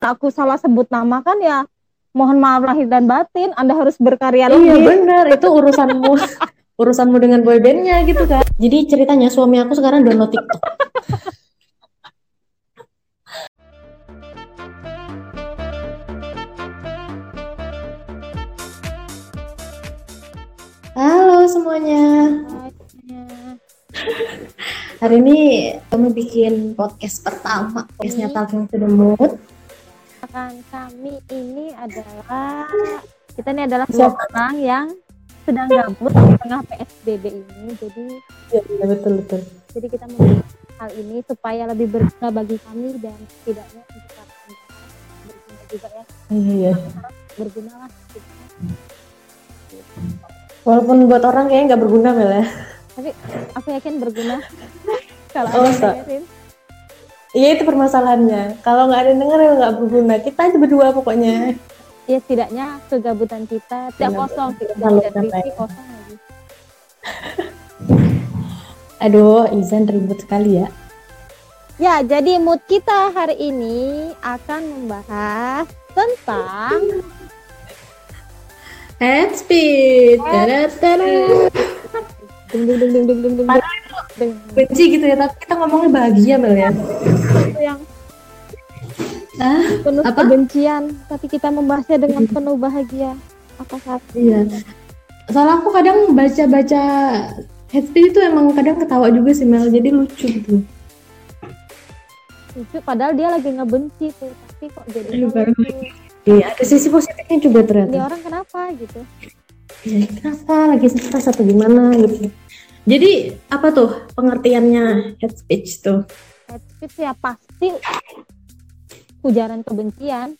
aku salah sebut nama kan ya mohon maaf lahir dan batin, Anda harus berkarya Iya lebih. benar, itu urusanmu dengan boybandnya gitu kan. Jadi ceritanya suami aku sekarang download TikTok. Halo semuanya. Hari ini kami bikin podcast pertama, podcastnya Talking to the Mood. Kami ini adalah dua orang yang sedang gabut di tengah PSBB ini. Jadi Ya, betul. Jadi kita membuat hal ini supaya lebih berguna bagi kami dan setidaknya untuk para pendengar berguna juga ya. Iya. Berguna lah. Walaupun buat orang kayaknya nggak berguna Mel ya. Tapi aku yakin berguna. Kalau dengerin. Iya itu permasalahannya. Kalau nggak ada yang denger ya nggak berguna. Kita aja berdua pokoknya. Ya setidaknya kegabutan kita tidak kosong, tidak terisi kosong lagi. Aduh, Izan ribut sekali ya. Ya, jadi mood kita hari ini akan membahas tentang head speech. Benci gitu ya, tapi kita ngomongnya bahagia Mel ya. Itu yang penuh kebencian, tapi kita membahasnya dengan penuh bahagia. Apa saat? Iya. Soalnya aku kadang baca head speech itu emang kadang ketawa juga sih Mel, jadi lucu gitu. Lucu, padahal dia lagi ngebenci tuh, tapi kok jadi lucu. Iya, ada sisi positifnya juga ternyata. Ini orang kenapa gitu? Ya, kenapa lagi stres atau gimana gitu. Jadi apa tuh pengertiannya head speech tuh? Head speech ya pasti ujaran kebencian.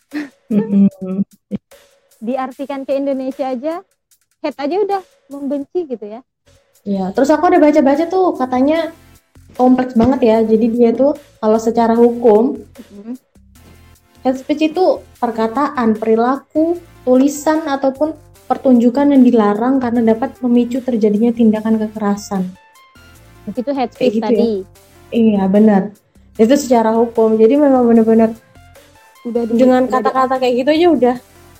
Diartikan ke Indonesia aja, head aja udah membenci gitu ya. Ya, terus aku ada baca-baca tuh katanya kompleks banget ya. Jadi dia tuh kalau secara hukum head speech itu perkataan, perilaku, tulisan ataupun pertunjukan yang dilarang karena dapat memicu terjadinya tindakan kekerasan. Itu head speech gitu tadi. Ya? Iya benar. Itu secara hukum. Jadi memang benar-benar udah dengan kata-kata kayak gitu aja udah.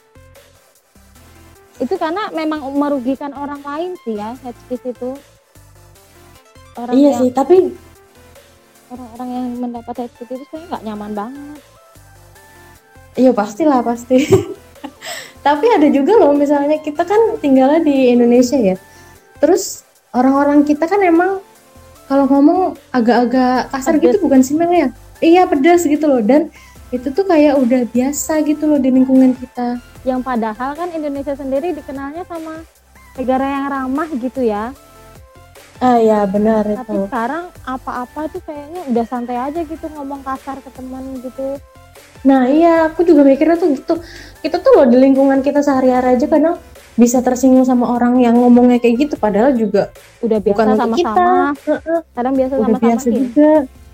Itu karena memang merugikan orang lain sih ya head speech itu. Orang iya sih, tapi orang-orang yang mendapat head speech itu sebenarnya nggak nyaman banget. Iya pastilah pasti. Tapi ada juga loh, misalnya kita kan tinggalnya di Indonesia ya. Terus orang-orang kita kan emang kalau ngomong agak-agak kasar pedas. Gitu bukan sih Mel ya? Iya pedas gitu loh, dan itu tuh kayak udah biasa gitu loh di lingkungan kita. Yang padahal kan Indonesia sendiri dikenalnya sama negara yang ramah gitu ya. Ya benar. Tapi itu. Sekarang apa-apa tuh kayaknya udah santai aja gitu ngomong kasar ke teman gitu. Nah iya, aku juga mikirnya tuh gitu. Kita tuh loh di lingkungan kita sehari-hari aja kadang bisa tersinggung sama orang yang ngomongnya kayak gitu, padahal juga udah biasa sama-sama. Kadang biasa udah sama-sama biasa juga.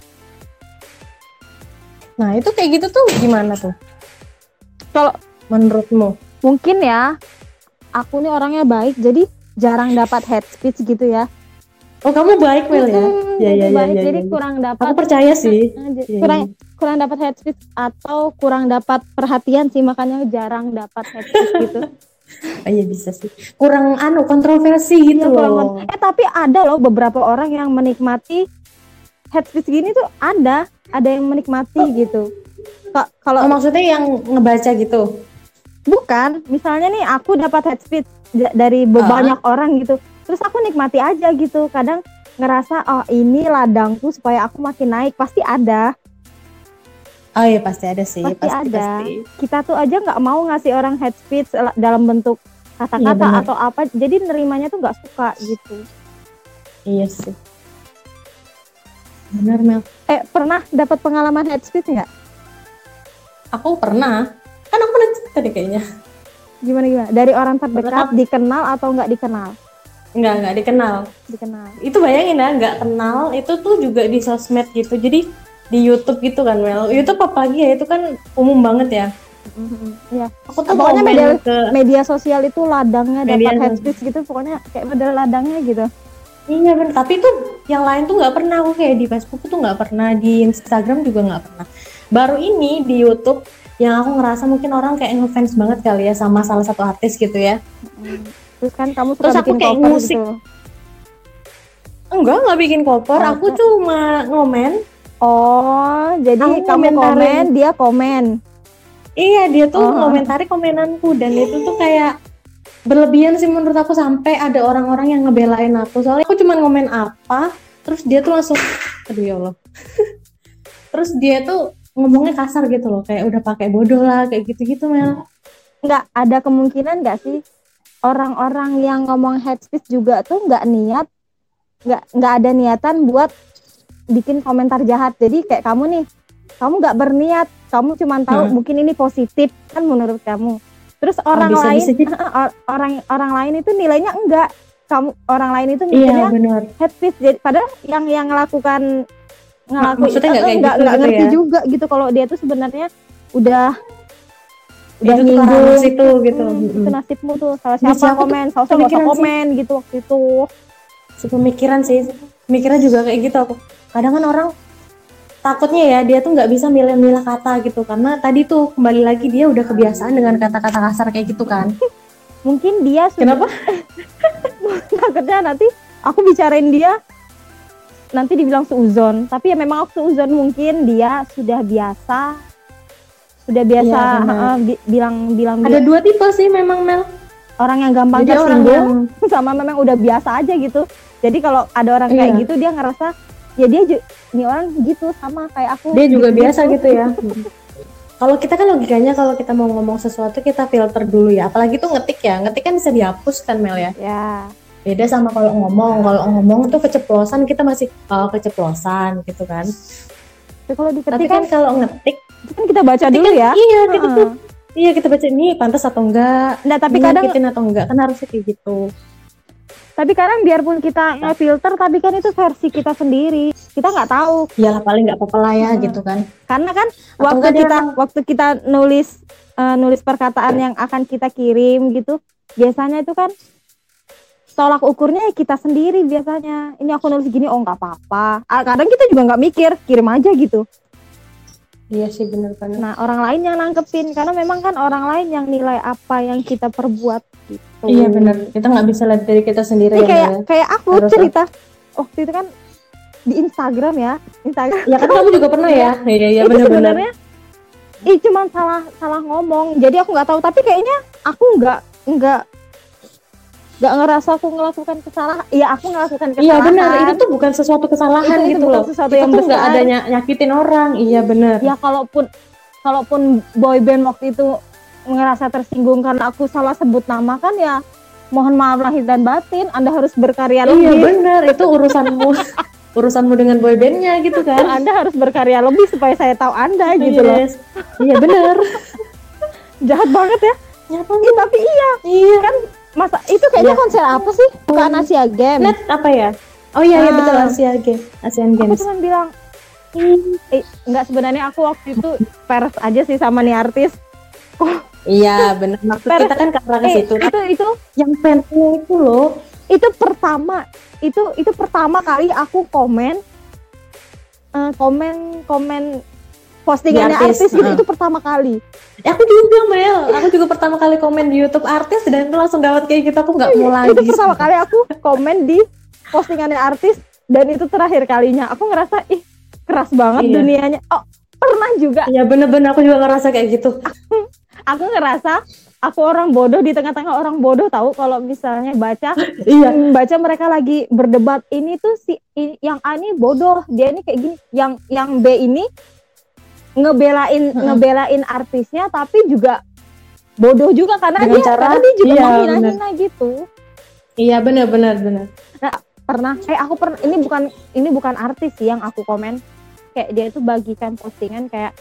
Nah itu kayak gitu tuh gimana tuh? Kalau menurutmu? Mungkin ya, aku nih orangnya baik, jadi jarang dapat head speech gitu ya. Oh kamu baik Mel ya? Jadi kurang dapat. Aku percaya sih. Kurang dapat head speech atau kurang dapat perhatian sih, makanya jarang dapat head speech gitu. Iya bisa sih. Kurang kontroversi gitu loh. Tapi ada loh beberapa orang yang menikmati head speech gini tuh ada yang menikmati gitu. Kalau maksudnya yang ngebaca gitu? Bukan, misalnya nih aku dapat head speech dari banyak orang gitu. Terus aku nikmati aja gitu, kadang ngerasa oh ini ladangku supaya aku makin naik, pasti ada. Oh iya pasti ada sih, pasti ada. Kita tuh aja nggak mau ngasih orang head speech dalam bentuk kata-kata atau apa, jadi nerimanya tuh nggak suka gitu. Iya sih. Benar Mel. Pernah dapat pengalaman head speech nggak? Aku pernah. Kan aku pernah cerita deh kayaknya. Gimana? Dari orang terdekat, dikenal atau nggak dikenal? Nggak dikenal. Itu bayangin ya, nggak kenal, itu tuh juga di sosmed gitu, jadi di YouTube gitu kan Mel. YouTube apalagi ya, itu kan umum banget ya. Iya. Aku tuh pokoknya media sosial itu ladangnya dapat head speech gitu, pokoknya kayak model ladangnya gitu. Iya benar, tapi tuh yang lain tuh nggak pernah. Aku kayak di Facebook tuh nggak pernah, di Instagram juga nggak pernah. baru ini di YouTube yang aku ngerasa mungkin orang kayak ngefans banget kali ya sama salah satu artis gitu ya. Terus kan kamu Terus suka aku bikin kayak cover musik. gitu. Nggak bikin cover, Oh, aku cuma ngomen. Oh, jadi Aku kamu komen, komentarin. dia komen. Iya, dia tuh Oh. ngomentari komenanku dan itu tuh kayak berlebihan sih menurut aku, sampai ada orang-orang yang ngebelain aku. Soalnya aku cuma ngomen apa, terus dia tuh langsung aduh ya Allah. Terus dia tuh ngomongnya kasar gitu loh, kayak udah pakai bodoh lah, kayak gitu-gitu Mel. Nggak ada kemungkinan nggak sih orang-orang yang ngomong hate speech juga tuh nggak ada niatan buat bikin komentar jahat. Jadi kayak kamu nih, kamu nggak berniat, kamu cuma tahu mungkin ini positif kan menurut kamu. Terus orang lain orang lain itu nilainya enggak. Orang lain itu mikirnya hate speech. Jadi padahal yang ngelakuin maksudnya nggak gitu ngerti ya? juga gitu kalau dia tuh sebenarnya udah itu nyinggung itu gitu. Itu nasibmu tuh, salah siapa komen, salah siapa komen gitu waktu itu. Sepemikiran sih, mikirnya juga kayak gitu aku. Kadang kan orang takutnya ya dia tuh nggak bisa milah-milah kata gitu, karena tadi tuh kembali lagi dia udah kebiasaan dengan kata-kata kasar kayak gitu kan. Mungkin dia Kenapa? takutnya nanti aku bicarain dia nanti dibilang seuzon, tapi ya memang aku seuzon, mungkin dia sudah biasa bilang ada dua tipe sih memang Mel, orang yang gampang jadi tersinggung sama memang udah biasa aja gitu. Jadi kalau ada orang kayak gitu dia ngerasa ya ini orang gitu sama kayak aku, dia juga biasa gitu ya. Kalau kita kan logikanya kalau kita mau ngomong sesuatu kita filter dulu ya, apalagi tuh ngetik kan bisa dihapus kan Mel ya. Beda sama kalau ngomong tuh keceplosan, kita masih keceplosan gitu kan. Tapi kalau diketik tapi kan kalau ngetik kan kita baca dulu ya. Iya kita tuh kita baca ini pantas atau enggak, nah tapi kadang atau enggak, kan harusnya kayak gitu. Tapi kadang biarpun kita nge-filter, tapi kan itu versi kita sendiri, kita nggak tahu. Iyalah paling nggak apa-apa lah ya gitu kan. Karena kan waktu kita nulis perkataan yang akan kita kirim gitu, biasanya itu kan tolak ukurnya kita sendiri biasanya. Ini aku nulis gini, oh nggak apa-apa. Kadang kita juga nggak mikir, kirim aja gitu. Iya sih benar. Nah orang lain yang nangkepin, karena memang kan orang lain yang nilai apa yang kita perbuat gitu. Iya benar, kita nggak bisa lihat dari kita sendiri. Kayak aku cerita waktu itu kan di Instagram ya. Ya kan kamu juga pernah ya. Iya benar-benar. Cuman salah ngomong, jadi aku nggak tahu. Tapi kayaknya aku nggak ngerasa aku melakukan kesalahan. Iya aku melakukan kesalahan. Iya benar, itu tuh bukan sesuatu kesalahan itu gitu loh. Sesuatu itu yang tuh nggak ada nyakitin orang. Iya benar. Ya kalaupun boyband waktu itu ngerasa tersinggung karena aku salah sebut nama kan ya mohon maaf lahir dan batin, Anda harus berkarya lebih. Iya benar, itu urusanmu dengan boybandnya gitu kan. Anda harus berkarya lebih supaya saya tahu Anda gitu loh. Iya benar. Jahat banget ya. Tapi iya kan masa itu kayaknya konser apa sih? Bukan Asia Games. Net apa ya? Oh iya betul, Asian Games. Aku cuma bilang enggak, sebenarnya aku waktu itu peres aja sih sama nih artis. Iya benar, maksud kita kan karena ke situ. Itu yang fansnya itu loh. Itu pertama kali aku komen postingannya artis gitu, itu pertama kali. Aku juga Mel, aku juga pertama kali komen di YouTube artis dan itu langsung dapat kayak gitu, aku nggak mau lagi. Itu pertama kali aku komen di postingannya artis dan itu terakhir kalinya. Aku ngerasa keras banget dunianya. Oh pernah juga. Iya bener-bener aku juga ngerasa kayak gitu. Aku ngerasa aku orang bodoh di tengah-tengah orang bodoh, tahu kalau misalnya baca mereka lagi berdebat, ini tuh yang A ini bodoh, dia ini kayak gini, yang B ini ngebelain artisnya tapi juga bodoh juga karena dia juga menghina-hina gitu. Iya benar. Nah, aku pernah ini bukan artis sih yang aku komen, kayak dia itu bagikan postingan kayak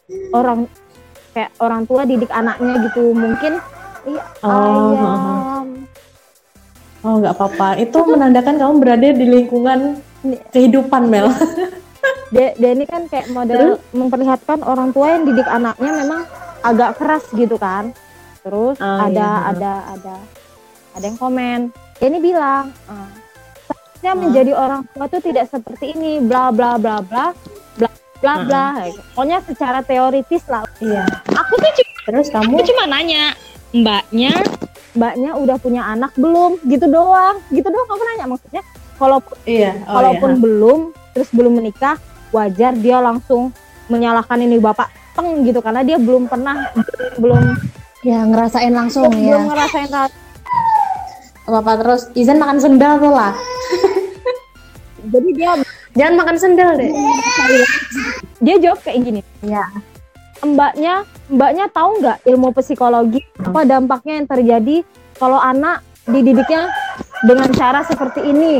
orang tua didik anaknya gitu, mungkin ayam. Oh nggak apa-apa, itu menandakan kamu berada di lingkungan kehidupan Mel. Dia ini kan kayak model memperlihatkan orang tua yang didik anaknya memang agak keras gitu kan. Terus ada yang komen, dia ini bilang seharusnya menjadi orang tua tuh tidak seperti ini, bla bla bla bla bla. bla bla. Pokoknya secara teoritis lah. Iya. Aku tuh Terus kamu nanya, mbaknya udah punya anak belum? Gitu doang aku nanya, maksudnya kalaupun belum, terus belum menikah, wajar dia langsung menyalahkan ini bapak gitu, karena dia belum ya ngerasain langsung belum ngerasain apa terus izin makan sendal tuh lah. Jadi dia Jangan makan sendal deh. Dia jawab kayak gini. Iya. Mbaknya tahu nggak ilmu psikologi apa dampaknya yang terjadi kalau anak dididiknya dengan cara seperti ini.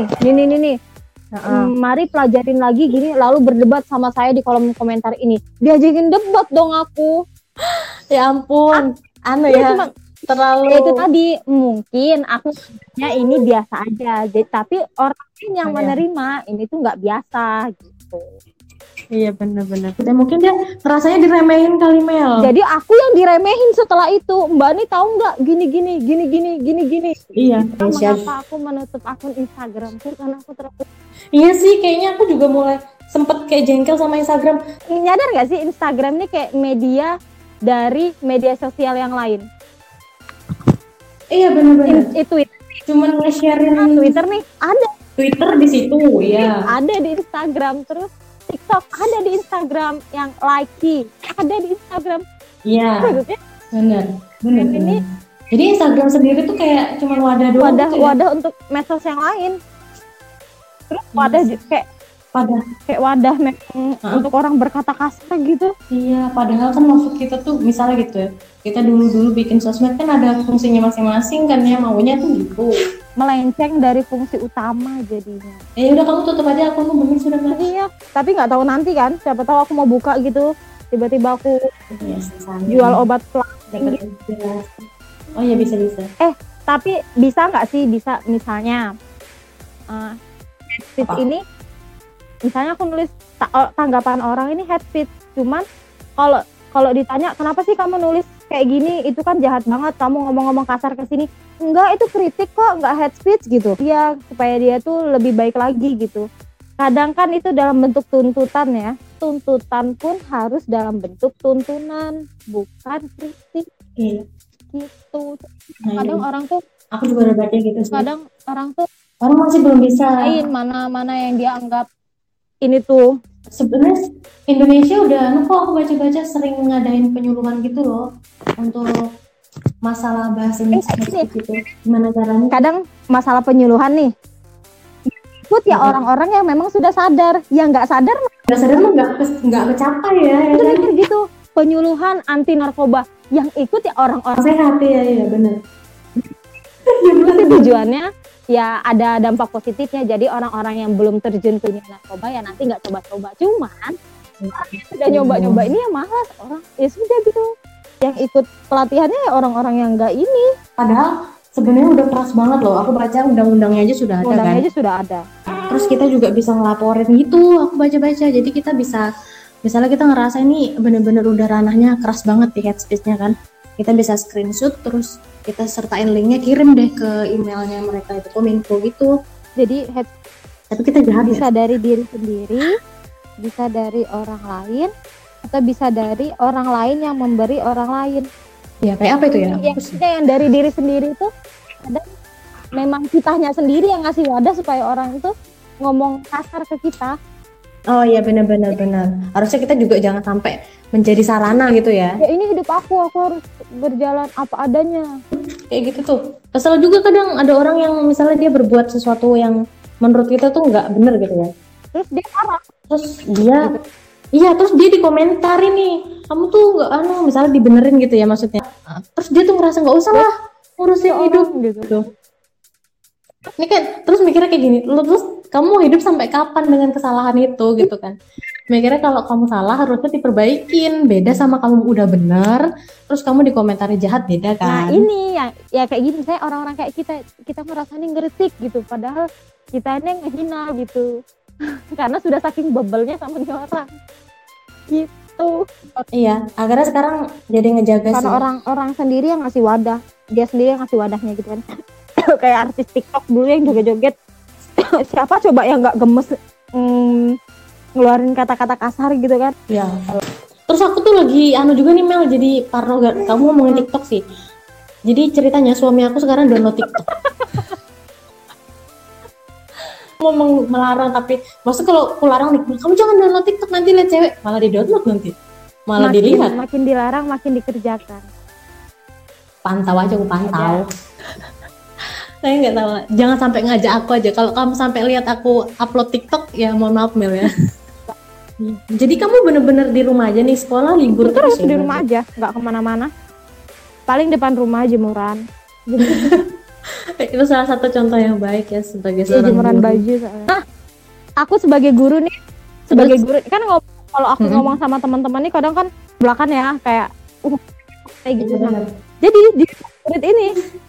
Mari pelajarin lagi gini, lalu berdebat sama saya di kolom komentar ini. Diajakin debat dong aku. Ya ampun. Cuma, terlalu itu tadi mungkin aku ini biasa aja. Tapi orang yang menerima ini tuh nggak biasa gitu. Iya benar-benar. Dan mungkin dia rasanya diremehin kali Mel. Jadi aku yang diremehin setelah itu. Mbak nih tahu nggak gini. Iya. Mengapa aku menutup akun Instagram tuh karena aku terlalu. Iya sih, kayaknya aku juga mulai sempet kayak jengkel sama Instagram. Nyadar nggak sih Instagram nih kayak media dari media sosial yang lain? Iya benar-benar. Itu cuman nge-sharein Twitter nih ada. Twitter di situ ya. Ada di Instagram, terus TikTok ada di Instagram, yang Likee ada di Instagram. Iya. Benar. Ini jadi Instagram sendiri tuh kayak cuman wadah doang. Wadah untuk medsos yang lain. Terus wadah kayak wadah untuk orang berkata kasar gitu. Iya, padahal kan maksud kita tuh misalnya gitu ya. Kita dulu bikin sosmed kan ada fungsinya masing-masing kan ya, maunya tuh gitu. Melenceng dari fungsi utama jadinya. Ya udah kamu tutup aja akunmu, bener sudah kan. Iya, tapi nggak tahu nanti kan, siapa tahu aku mau buka gitu, tiba-tiba aku jual obat plastik. Oh iya bisa. Tapi bisa nggak sih, bisa misalnya head ini, misalnya aku nulis tanggapan orang ini head speech, cuman kalau ditanya kenapa sih kamu nulis kayak gini, itu kan jahat banget kamu ngomong-ngomong kasar ke sini. Enggak, itu kritik kok, enggak head speech gitu. Iya, supaya dia tuh lebih baik lagi gitu. Kadang kan itu dalam bentuk tuntutan ya. Tuntutan pun harus dalam bentuk tuntunan, bukan kritik. Gitu. Kadang orang tuh, aku juga udah baca gitu sih. Kadang orang masih belum bisa mana yang dia anggap ini tuh. Sebenarnya Indonesia udah kok aku baca-baca sering ngadain penyuluhan gitu loh untuk masalah bahasa Indonesia gitu. Gimana caranya? Kadang masalah penyuluhan nih ikut ya orang-orang yang memang sudah sadar, yang nggak sadar mah nggak kecapai ya. Bener gitu. Penyuluhan anti narkoba yang ikut ya orang-orang sehat ya benar. Tujuannya ya ada dampak positifnya, jadi orang-orang yang belum terjun ke dunia narkoba ya nanti nggak coba-coba, cuman udah nyoba-nyoba ini ya malas orang, ya sudah gitu. Yang ikut pelatihannya ya orang-orang yang nggak ini. Padahal sebenarnya udah keras banget loh. Aku baca undang-undangnya aja sudah ada. Terus kita juga bisa ngelaporin gitu. Aku baca-baca. Jadi kita bisa, misalnya kita ngerasa ini bener-bener udah ranahnya keras banget di head speech-nya kan. Kita bisa screenshot, terus kita sertain linknya, kirim deh ke emailnya mereka itu, Kominfo gitu. Jadi tapi kita jahat bisa dari diri sendiri, bisa dari orang lain, atau bisa dari orang lain yang memberi orang lain. Ya kayak apa itu ya? Yang dari diri sendiri itu ada memang kitanya sendiri yang ngasih wadah supaya orang itu ngomong kasar ke kita. Oh iya benar. Harusnya kita juga jangan sampai menjadi sarana gitu ya. Ya ini hidup aku harus berjalan apa adanya. Kayak gitu tuh. Kesel juga kadang ada orang yang misalnya dia berbuat sesuatu yang menurut kita tuh nggak bener gitu ya. Terus dia marah. Terus dia terus dia dikomentarin nih, kamu tuh nggak misalnya dibenerin gitu ya maksudnya. Terus dia tuh ngerasa nggak usah lah ngurusin hidup gitu. Ini kan terus mikirnya kayak gini, terus kamu mau hidup sampai kapan dengan kesalahan itu gitu kan? Mikirnya kalau kamu salah harusnya diperbaikin, beda sama kamu udah benar, terus kamu dikomentari jahat, beda kan? Nah ini ya kayak gini, saya orang-orang kayak kita ngerasanya ngeritik gitu, padahal kita ini ngehina gitu. Karena sudah saking bebelnya sama dia orang gitu. Iya, akhirnya sekarang jadi ngejaga karena orang sendiri yang ngasih wadah, dia sendiri yang ngasih wadahnya gitu kan. Kayak artis TikTok dulu yang joget-joget. Siapa coba yang nggak gemes ngeluarin kata-kata kasar gitu kan. Ya. Terus aku tuh lagi juga nih Mel, jadi parno kamu ngomongin TikTok sih. Jadi ceritanya suami aku sekarang download TikTok. Mau melarang, tapi maksud kalau aku larang nih, kamu jangan download TikTok, nanti lihat cewek, malah di download nanti, malah dilihat. Makin dilarang makin dikerjakan. Pantau aja, aku pantau. Saya nggak tahu, jangan sampai ngajak aku aja. Kalau kamu sampai lihat aku upload TikTok, ya mohon maaf Mel ya. Jadi kamu bener-bener di rumah aja nih, sekolah libur terus ya, di rumah aja, nggak kemana-mana. Paling depan rumah jemuran. Itu salah satu contoh yang baik ya sebagai seorang jemuran guru. Baju soalnya. Nah, aku sebagai guru nih, guru kan kalau aku ngomong sama teman-teman nih kadang kan belakang ya kayak gitu. Jadi di murid ini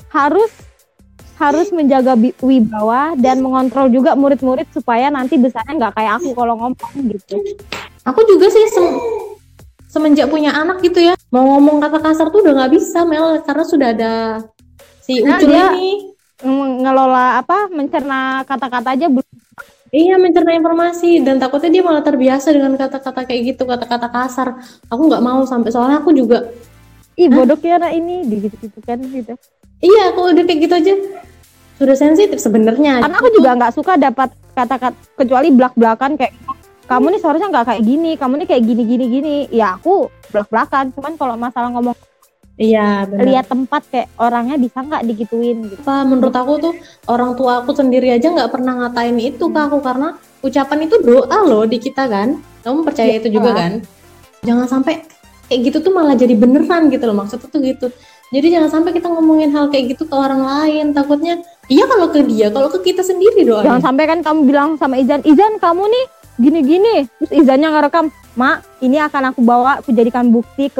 harus menjaga wibawa dan mengontrol juga murid-murid supaya nanti besarnya nggak kayak aku kalau ngomong gitu. Aku juga sih semenjak punya anak gitu ya, mau ngomong kata kasar tuh udah nggak bisa Mel, karena sudah ada si Ucul ini ngelola mencerna kata-kata aja belum. Iya, mencerna informasi, dan takutnya dia malah terbiasa dengan kata-kata kayak gitu, kata-kata kasar. Aku nggak mau sampai, soalnya aku juga bodohnya anak ini gitu kan gitu. Iya, aku udah kayak gitu aja sudah sensitif sebenarnya. Karena aku juga nggak suka dapat kata-kata kecuali belak-belakan kayak kamu nih seharusnya nggak kayak gini, kamu nih kayak gini. Ya aku belak-belakan. Cuman kalau masalah ngomong, iya benar. Lihat tempat kayak orangnya bisa nggak digituin gitu. Menurut aku tuh orang tua aku sendiri aja nggak pernah ngatain itu ke aku, karena ucapan itu doa loh di kita kan. Kamu percaya itu juga kan? Jangan sampai kayak gitu tuh malah jadi beneran gitu loh, maksudnya tuh gitu. Jadi jangan sampai kita ngomongin hal kayak gitu ke orang lain, takutnya iya kalau ke dia, kalau ke kita sendiri doang. Jangan sampai kan kamu bilang sama Izan kamu nih gini-gini, terus Izannya ngerekam, Mak, ini akan aku bawa, aku jadikan bukti ke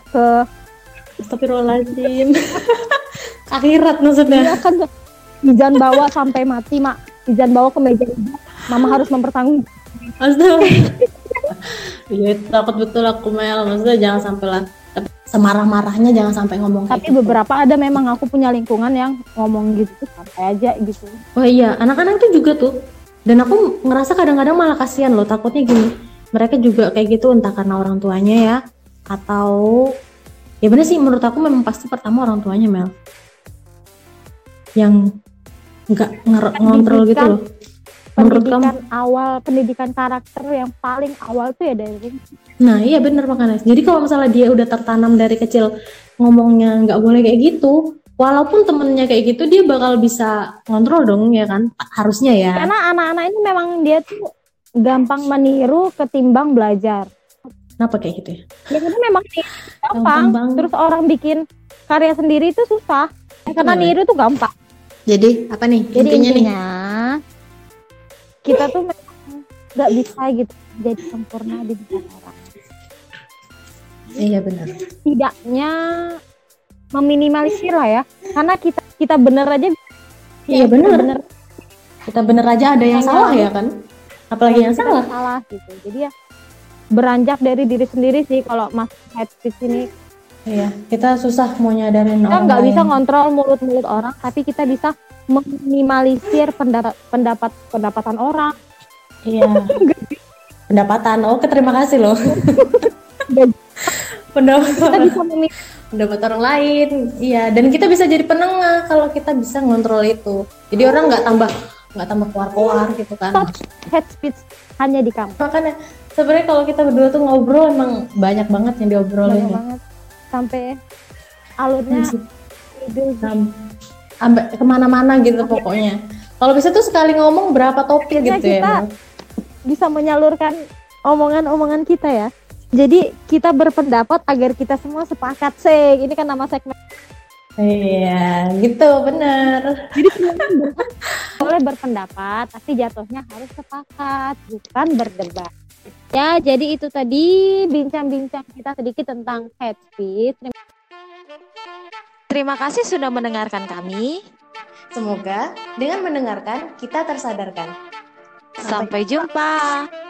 Astagfirullahaladzim. Akhirat maksudnya. Iya kan, Izan bawa sampai mati, Mak. Izan bawa ke meja Izan, Mama harus mempertanggungjawabkan. Astaga. Iya, takut betul aku Mel, maksudnya jangan sampai lah. Tapi semarah-marahnya jangan sampai ngomong kayak Tapi gitu. beberapa ada memang aku punya lingkungan yang ngomong gitu tuh santai aja gitu. Oh iya, anak-anak itu juga tuh. Dan aku ngerasa kadang-kadang malah kasihan loh, takutnya gini. Mereka juga kayak gitu entah karena orang tuanya ya, atau ya bener sih, menurut aku memang pasti pertama orang tuanya Mel. Yang nggak ngontrol gitu loh. Menurut kamu? Pendidikan karakter yang paling awal tuh ya dari. Nah iya bener makanya. Jadi kalau misalnya dia udah tertanam dari kecil ngomongnya nggak boleh kayak gitu, walaupun temennya kayak gitu dia bakal bisa ngontrol dong ya kan, harusnya ya. Karena anak-anak ini memang dia tuh gampang meniru ketimbang belajar. Kenapa kayak gitu ya? Ya karena memang gampang. Terus orang bikin karya sendiri itu susah. Karena niru tuh gampang. Jadi apa nih? Jadi intinya kita tuh memang nggak bisa gitu jadi sempurna di depan orang. Iya benar. Tidaknya meminimalisir lah ya, karena kita bener aja. Iya benar. Kita bener aja ada yang salah ya kan? Apalagi yang salah gitu. Jadi ya beranjak dari diri sendiri sih kalau mas head speech ini. Iya, kita susah mau nyadarin kita nggak bisa ngontrol mulut orang, tapi kita bisa meminimalisir pendapatan orang. Iya. Pendapatan. Oke, terima kasih loh. Pendapat orang lain. Iya, dan kita bisa jadi penengah kalau kita bisa ngontrol itu. Jadi orang nggak tambah keluar gitu kan. Head speech hanya di kamu. Makanya sebenarnya kalau kita berdua tuh ngobrol emang banyak banget yang diobrolin. Banyak banget. Sampai alurnya sampai kemana-mana gitu pokoknya. Kalau bisa tuh sekali ngomong berapa topik gitu ya. Kita bisa menyalurkan omongan-omongan kita ya. Jadi kita berpendapat agar kita semua sepakat sih. Ini kan nama segmen. Iya, gitu bener. Jadi semuanya boleh berpendapat, tapi jatuhnya harus sepakat, bukan berdebat. Ya, jadi itu tadi bincang-bincang kita sedikit tentang head speech. Terima kasih sudah mendengarkan kami. Semoga dengan mendengarkan kita tersadarkan. Sampai jumpa.